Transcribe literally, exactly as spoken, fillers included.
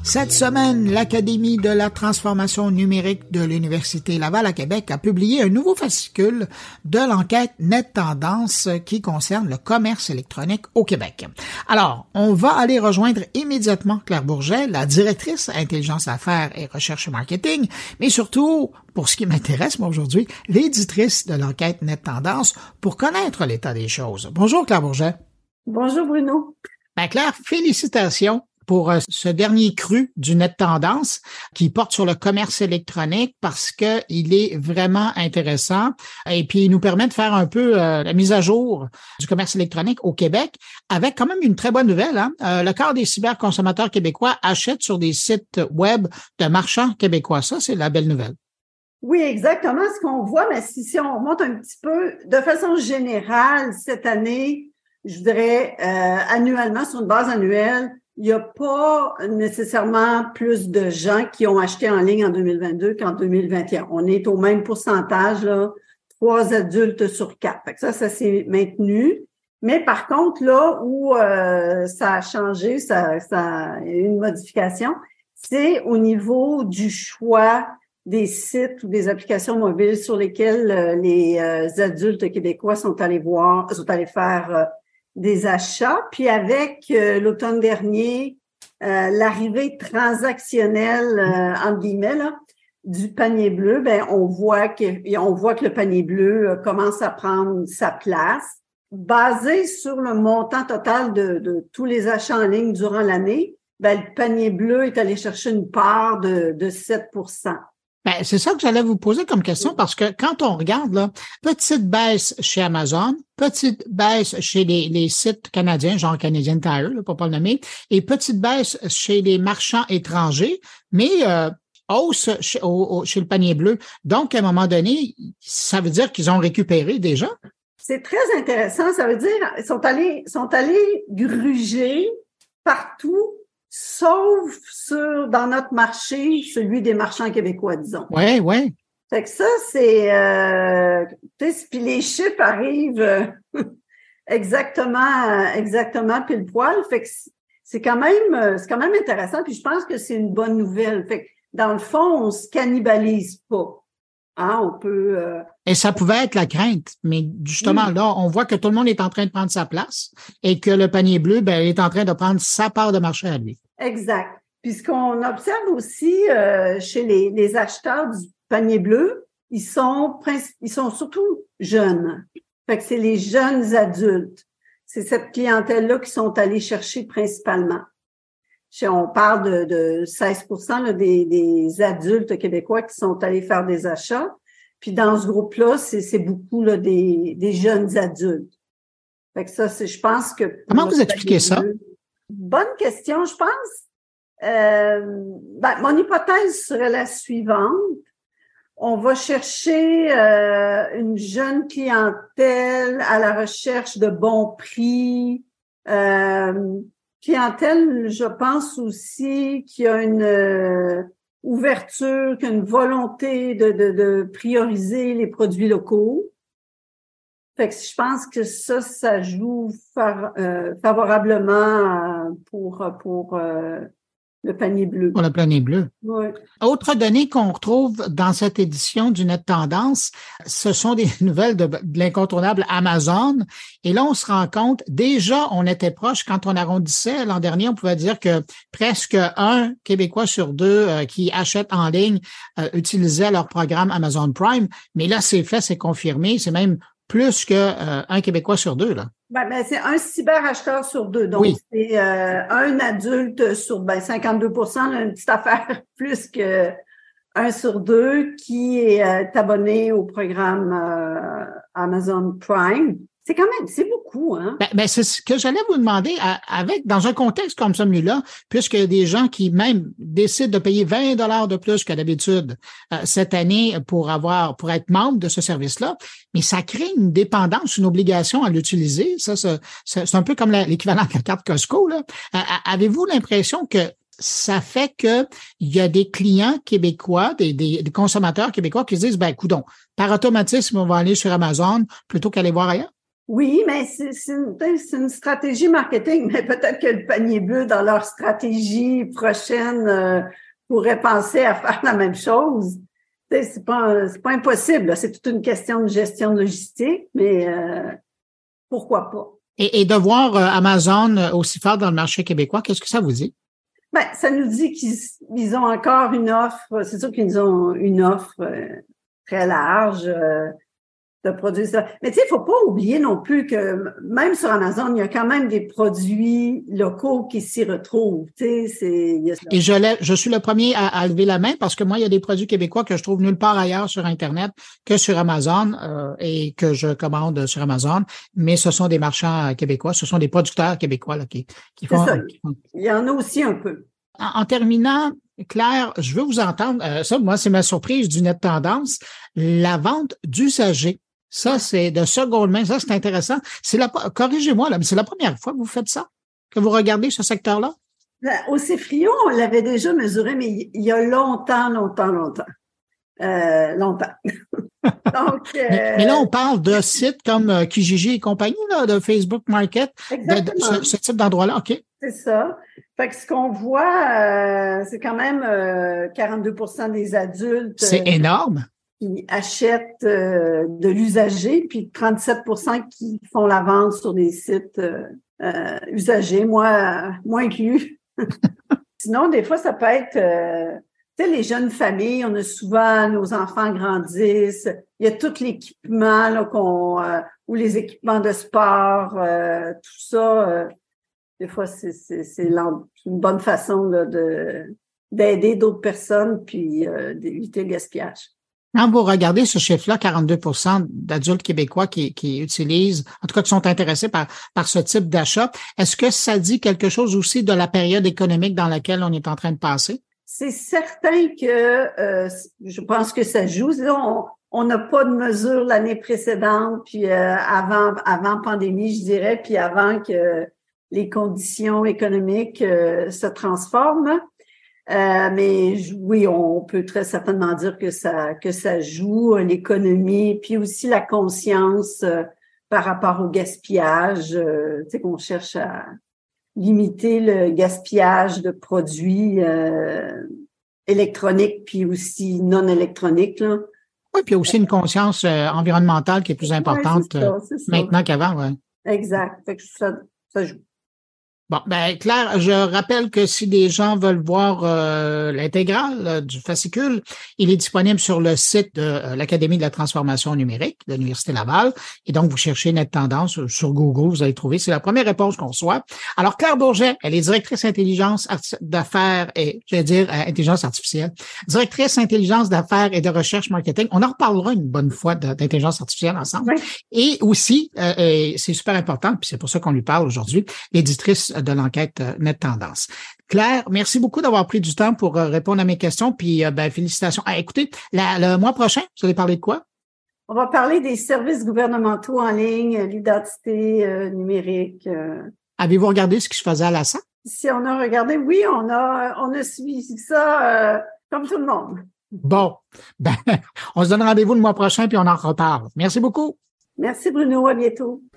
Cette semaine, l'Académie de la transformation numérique de l'Université Laval à Québec a publié un nouveau fascicule de l'enquête Net Tendance qui concerne le commerce électronique au Québec. Alors, on va aller rejoindre immédiatement Claire Bourget, la directrice Intelligence Affaires et Recherche Marketing, mais surtout, pour ce qui m'intéresse moi aujourd'hui, l'éditrice de l'enquête Net Tendance pour connaître l'état des choses. Bonjour Claire Bourget. Bonjour Bruno. Ben Claire, félicitations pour ce dernier cru du Net Tendance qui porte sur le commerce électronique parce que il est vraiment intéressant et puis il nous permet de faire un peu euh, la mise à jour du commerce électronique au Québec avec quand même une très bonne nouvelle. Hein? Euh, le quart des cyberconsommateurs québécois achètent sur des sites web de marchands québécois. Ça, c'est la belle nouvelle. Oui, exactement ce qu'on voit, mais si, si on remonte un petit peu, de façon générale, cette année, je dirais euh, annuellement, sur une base annuelle, il n'y a pas nécessairement plus de gens qui ont acheté en ligne en deux mille vingt-deux qu'en deux mille vingt et un. On est au même pourcentage, là, trois adultes sur quatre. Fait que ça, ça s'est maintenu. Mais par contre, là où euh, ça a changé, ça, ça il y a eu une modification, c'est au niveau du choix des sites ou des applications mobiles sur lesquelles euh, les euh, adultes québécois sont allés voir, sont allés faire euh, des achats. Puis avec euh, l'automne dernier, euh, l'arrivée transactionnelle, euh, entre guillemets, là, du panier bleu, ben on voit que on voit que le panier bleu euh, commence à prendre sa place. Basé sur le montant total de, de tous les achats en ligne durant l'année, ben le panier bleu est allé chercher une part de, de sept pour cent. Ben, c'est ça que j'allais vous poser comme question parce que quand on regarde, là, petite baisse chez Amazon, petite baisse chez les, les sites canadiens, genre Canadian Tire, là, pour pas le nommer, et petite baisse chez les marchands étrangers, mais euh, hausse chez, au, au, chez le panier bleu. Donc, à un moment donné, ça veut dire qu'ils ont récupéré déjà? C'est très intéressant. Ça veut dire ils sont allés, sont allés gruger partout, sauf sur, dans notre marché, celui des marchands québécois, disons. Oui, oui. Fait que ça, c'est, euh, tu sais, puis les chiffres arrivent euh, exactement, exactement pile poil. Fait que c'est quand même, c'est quand même intéressant. Puis je pense que c'est une bonne nouvelle. Fait que dans le fond, on se cannibalise pas. Hein, on peut. Euh, et ça pouvait être la crainte, mais justement oui. Là, on voit que tout le monde est en train de prendre sa place et que le panier bleu, ben, est en train de prendre sa part de marché à lui. Exact. Puis ce qu'on observe aussi euh, chez les, les acheteurs du panier bleu, ils sont ils sont surtout jeunes. Fait que c'est les jeunes adultes. C'est cette clientèle-là qui sont allés chercher principalement. On parle de, de seize pour cent là, des, des adultes québécois qui sont allés faire des achats. Puis dans ce groupe-là, c'est, c'est beaucoup là, des, des jeunes adultes. Fait que ça, c'est, je pense que... Comment vous expliquez ça? Bonne question, je pense. Euh, ben, mon hypothèse serait la suivante. On va chercher euh, une jeune clientèle à la recherche de bons prix, euh, clientèle, je pense aussi qu'il y a une euh, ouverture, qu'il y a une volonté de, de, de prioriser les produits locaux. Fait que je pense que ça, ça joue fa- euh, favorablement pour pour euh, le panier bleu. Pour le panier bleu. Oui. Autre donnée qu'on retrouve dans cette édition du Net Tendance, ce sont des nouvelles de, de l'incontournable Amazon. Et là, on se rend compte, déjà, on était proche. Quand on arrondissait l'an dernier, on pouvait dire que presque un Québécois sur deux euh, qui achètent en ligne euh, utilisaient leur programme Amazon Prime. Mais là, c'est fait, c'est confirmé. C'est même plus que euh, un Québécois sur deux, là. Ben, ben, c'est un cyberacheteur sur deux. Donc, oui. c'est euh, un adulte sur ben, cinquante-deux pour cent, là, une petite affaire plus que un sur deux qui est euh, abonné au programme euh, Amazon Prime. C'est quand même, c'est beaucoup, hein? Ben, ben c'est ce que j'allais vous demander, à, avec dans un contexte comme celui-là, puisque des gens qui même décident de payer vingt dollars de plus que d'habitude euh, cette année pour avoir, pour être membre de ce service-là, mais ça crée une dépendance, une obligation à l'utiliser. Ça, c'est, c'est un peu comme la, l'équivalent de la carte Costco, là. Euh, avez-vous l'impression que ça fait que il y a des clients québécois, des, des, des consommateurs québécois qui se disent, ben, coudonc, par automatisme, on va aller sur Amazon plutôt qu'aller voir ailleurs? Oui, mais c'est, c'est, une, c'est une stratégie marketing, mais peut-être que le panier bleu, dans leur stratégie prochaine, euh, pourrait penser à faire la même chose. T'sais, c'est pas, c'est pas impossible, là. C'est toute une question de gestion logistique, mais euh, pourquoi pas? Et, et de voir euh, Amazon aussi fort dans le marché québécois, qu'est-ce que ça vous dit? Ben, ça nous dit qu'ils ils ont encore une offre. C'est sûr qu'ils ont une offre euh, très large. Euh, de produits. Mais tu sais, il faut pas oublier non plus que même sur Amazon, il y a quand même des produits locaux qui s'y retrouvent. Tu sais, c'est. Il y a ça. Et je, lève, je suis le premier à, à lever la main parce que moi, il y a des produits québécois que je trouve nulle part ailleurs sur Internet que sur Amazon euh, et que je commande sur Amazon. Mais ce sont des marchands québécois, ce sont des producteurs québécois là, qui, qui font. C'est ça. Qui font... Il y en a aussi un peu. En, en terminant, Claire, je veux vous entendre. Euh, ça, moi, c'est ma surprise du Net Tendance. La vente d'usagers. Ça, c'est de seconde main. Ça, c'est intéressant. C'est la, corrigez-moi, là, mais c'est la première fois que vous faites ça, que vous regardez ce secteur-là? Au Cefrio, on l'avait déjà mesuré, mais il y a longtemps, longtemps, longtemps. Euh, longtemps. Donc, euh... mais, mais là, on parle de sites comme euh, Kijiji et compagnie, là, de Facebook Market, de, de ce, ce type d'endroit-là. OK. C'est ça. Fait que ce qu'on voit, euh, c'est quand même euh, quarante-deux pour cent des adultes. C'est euh, énorme. Qui achètent euh, de l'usager, puis trente-sept pour cent qui font la vente sur des sites euh, euh, usagés, moi, moi inclus. Sinon, des fois, ça peut être, euh, tu sais, les jeunes familles, on a souvent, nos enfants grandissent, il y a tout l'équipement là, qu'on, euh, ou les équipements de sport, euh, tout ça. Euh, des fois, c'est, c'est, c'est une bonne façon là, de d'aider d'autres personnes, puis euh, d'éviter le gaspillage. Quand vous regardez ce chiffre-là, quarante-deux pour cent d'adultes québécois qui, qui utilisent, en tout cas qui sont intéressés par, par ce type d'achat, est-ce que ça dit quelque chose aussi de la période économique dans laquelle on est en train de passer? C'est certain que euh, je pense que ça joue. On, on n'a pas de mesure l'année précédente, puis euh, avant, avant pandémie, je dirais, puis avant que les conditions économiques euh, se transforment. Euh, mais oui, on peut très certainement dire que ça que ça joue l'économie, puis aussi la conscience euh, par rapport au gaspillage. Euh, tu sais qu'on cherche à limiter le gaspillage de produits euh, électroniques, puis aussi non électroniques là. Oui, puis il y a aussi une conscience euh, environnementale qui est plus importante ouais, c'est ça, c'est ça. maintenant qu'avant, ouais. Exact. Fait que ça, ça joue. Bon, ben Claire, je rappelle que si des gens veulent voir euh, l'intégrale euh, du fascicule, il est disponible sur le site de euh, l'Académie de la transformation numérique de l'Université Laval. Et donc, vous cherchez Net Tendance sur Google, vous allez trouver. C'est la première réponse qu'on reçoit. Alors, Claire Bourget, elle est directrice intelligence d'affaires et, je vais dire, euh, intelligence artificielle, directrice intelligence d'affaires et de recherche marketing. On en reparlera une bonne fois d'intelligence artificielle ensemble. Oui. Et aussi, euh, et c'est super important, puis c'est pour ça qu'on lui parle aujourd'hui, l'éditrice de l'enquête Net Tendance. Claire, merci beaucoup d'avoir pris du temps pour répondre à mes questions, puis ben, félicitations. Ah, écoutez, la, le mois prochain, vous allez parler de quoi? On va parler des services gouvernementaux en ligne, l'identité euh, numérique. Euh. Avez-vous regardé ce qui se faisait à l'A S A? Si on a regardé, oui, on a on a suivi ça euh, comme tout le monde. Bon, ben, on se donne rendez-vous le mois prochain, puis on en reparle. Merci beaucoup. Merci Bruno, à bientôt.